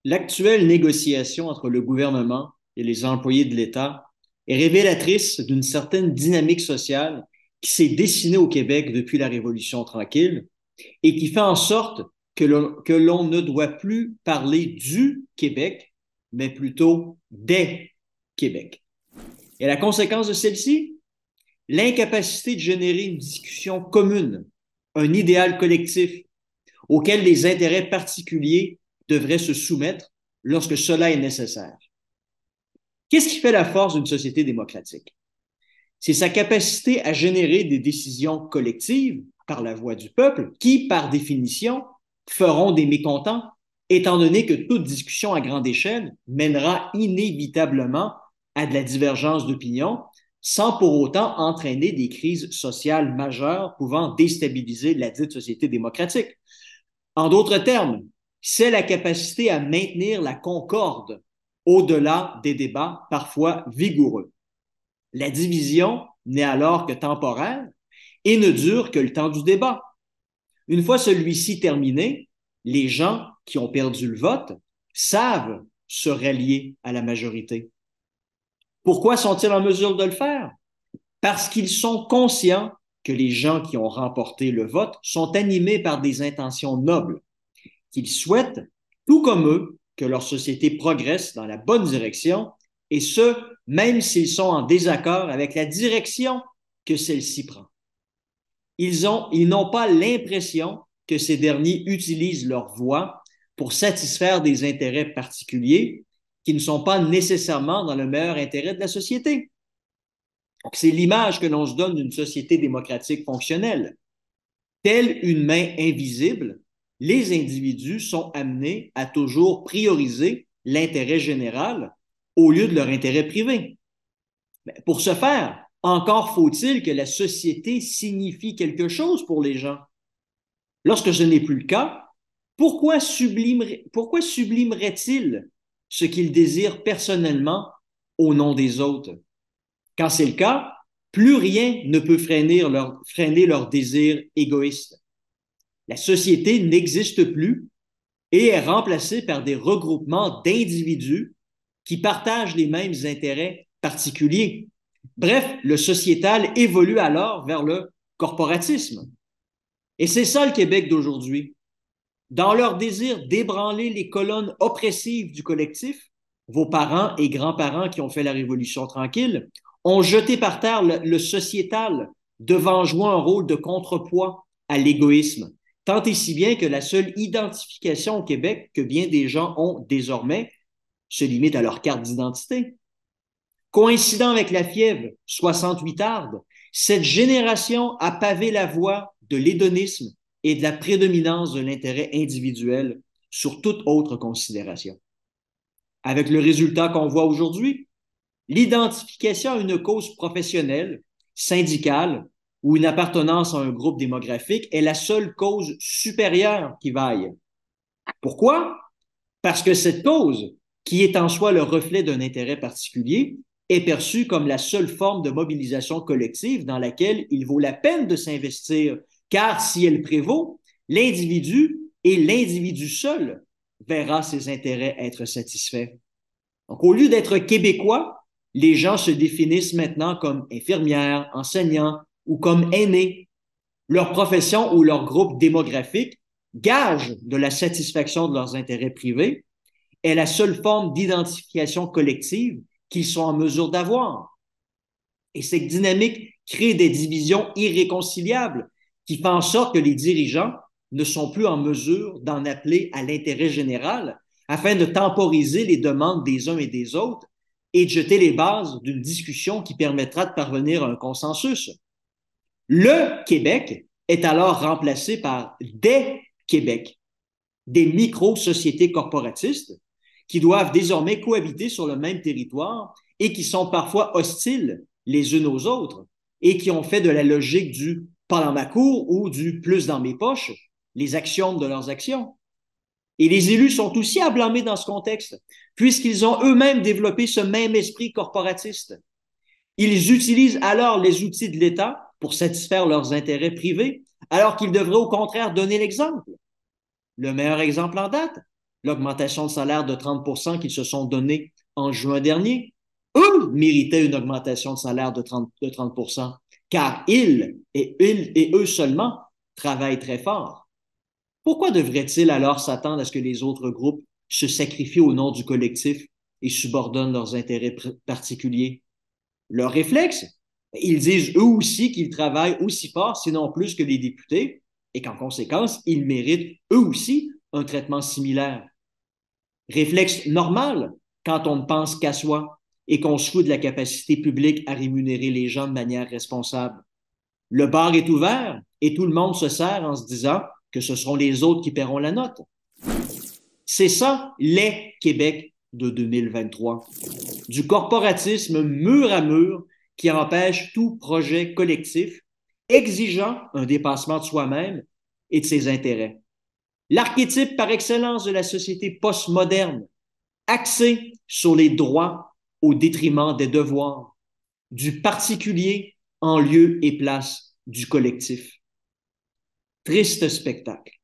L'actuelle négociation entre le gouvernement et les employés de l'État est révélatrice d'une certaine dynamique sociale qui s'est dessinée au Québec depuis la Révolution tranquille et qui fait en sorte que l'on ne doit plus parler du Québec, mais plutôt des Québec. Et la conséquence de celle-ci, l'incapacité de générer une discussion commune, un idéal collectif auquel les intérêts particuliers devraient se soumettre lorsque cela est nécessaire. Qu'est-ce qui fait la force d'une société démocratique? C'est sa capacité à générer des décisions collectives par la voix du peuple qui, par définition, feront des mécontents, étant donné que toute discussion à grande échelle mènera inévitablement à de la divergence d'opinion, sans pour autant entraîner des crises sociales majeures pouvant déstabiliser la dite société démocratique. En d'autres termes, c'est la capacité à maintenir la concorde au-delà des débats parfois vigoureux. La division n'est alors que temporaire et ne dure que le temps du débat. Une fois celui-ci terminé, les gens qui ont perdu le vote savent se rallier à la majorité. Pourquoi sont-ils en mesure de le faire? Parce qu'ils sont conscients que les gens qui ont remporté le vote sont animés par des intentions nobles, qu'ils souhaitent, tout comme eux, que leur société progresse dans la bonne direction, et ce, même s'ils sont en désaccord avec la direction que celle-ci prend. Ils n'ont pas l'impression que ces derniers utilisent leur voix pour satisfaire des intérêts particuliers qui ne sont pas nécessairement dans le meilleur intérêt de la société. C'est l'image que l'on se donne d'une société démocratique fonctionnelle. Telle une main invisible, les individus sont amenés à toujours prioriser l'intérêt général au lieu de leur intérêt privé. Pour ce faire, encore faut-il que la société signifie quelque chose pour les gens. Lorsque ce n'est plus le cas, pourquoi sublimerait-il ce qu'ils désirent personnellement au nom des autres? Quand c'est le cas, plus rien ne peut freiner leur désir égoïste. La société n'existe plus et est remplacée par des regroupements d'individus qui partagent les mêmes intérêts particuliers. Bref, le sociétal évolue alors vers le corporatisme. Et c'est ça le Québec d'aujourd'hui. Dans leur désir d'ébranler les colonnes oppressives du collectif, vos parents et grands-parents qui ont fait la Révolution tranquille ont jeté par terre le sociétal, devant jouer un rôle de contrepoids à l'égoïsme, tant et si bien que la seule identification au Québec que bien des gens ont désormais se limite à leur carte d'identité. Coïncidant avec la fièvre 68arde, cette génération a pavé la voie de l'hédonisme et de la prédominance de l'intérêt individuel sur toute autre considération. Avec le résultat qu'on voit aujourd'hui, l'identification à une cause professionnelle, syndicale ou une appartenance à un groupe démographique est la seule cause supérieure qui vaille. Pourquoi? Parce que cette cause, qui est en soi le reflet d'un intérêt particulier, est perçue comme la seule forme de mobilisation collective dans laquelle il vaut la peine de s'investir, car si elle prévaut, l'individu et l'individu seul verra ses intérêts être satisfaits. Donc, au lieu d'être québécois, les gens se définissent maintenant comme infirmières, enseignants ou comme aînés. Leur profession ou leur groupe démographique, gage de la satisfaction de leurs intérêts privés, est la seule forme d'identification collective qu'ils sont en mesure d'avoir. Et cette dynamique crée des divisions irréconciliables qui font en sorte que les dirigeants ne sont plus en mesure d'en appeler à l'intérêt général afin de temporiser les demandes des uns et des autres et de jeter les bases d'une discussion qui permettra de parvenir à un consensus. Le Québec est alors remplacé par des Québec, des micro-sociétés corporatistes qui doivent désormais cohabiter sur le même territoire et qui sont parfois hostiles les unes aux autres et qui ont fait de la logique du pas dans ma cour ou du plus dans mes poches les axiomes de leurs actions. Et les élus sont aussi à blâmer dans ce contexte, puisqu'ils ont eux-mêmes développé ce même esprit corporatiste. Ils utilisent alors les outils de l'État pour satisfaire leurs intérêts privés, alors qu'ils devraient au contraire donner l'exemple. Le meilleur exemple en date, l'augmentation de salaire de 30 qu'ils se sont donnée en juin dernier. Eux méritaient une augmentation de salaire de 30 car ils et eux seulement travaillent très fort. Pourquoi devraient-ils alors s'attendre à ce que les autres groupes se sacrifient au nom du collectif et subordonnent leurs intérêts particuliers? Leur réflexe, ils disent eux aussi qu'ils travaillent aussi fort, sinon plus que les députés, et qu'en conséquence, ils méritent eux aussi un traitement similaire. Réflexe normal quand on ne pense qu'à soi et qu'on se fout de la capacité publique à rémunérer les gens de manière responsable. Le bar est ouvert et tout le monde se sert en se disant que ce seront les autres qui paieront la note. C'est ça, les Québec de 2023. Du corporatisme mur à mur qui empêche tout projet collectif, exigeant un dépassement de soi-même et de ses intérêts. L'archétype par excellence de la société postmoderne, axé sur les droits au détriment des devoirs, du particulier en lieu et place du collectif. Triste spectacle.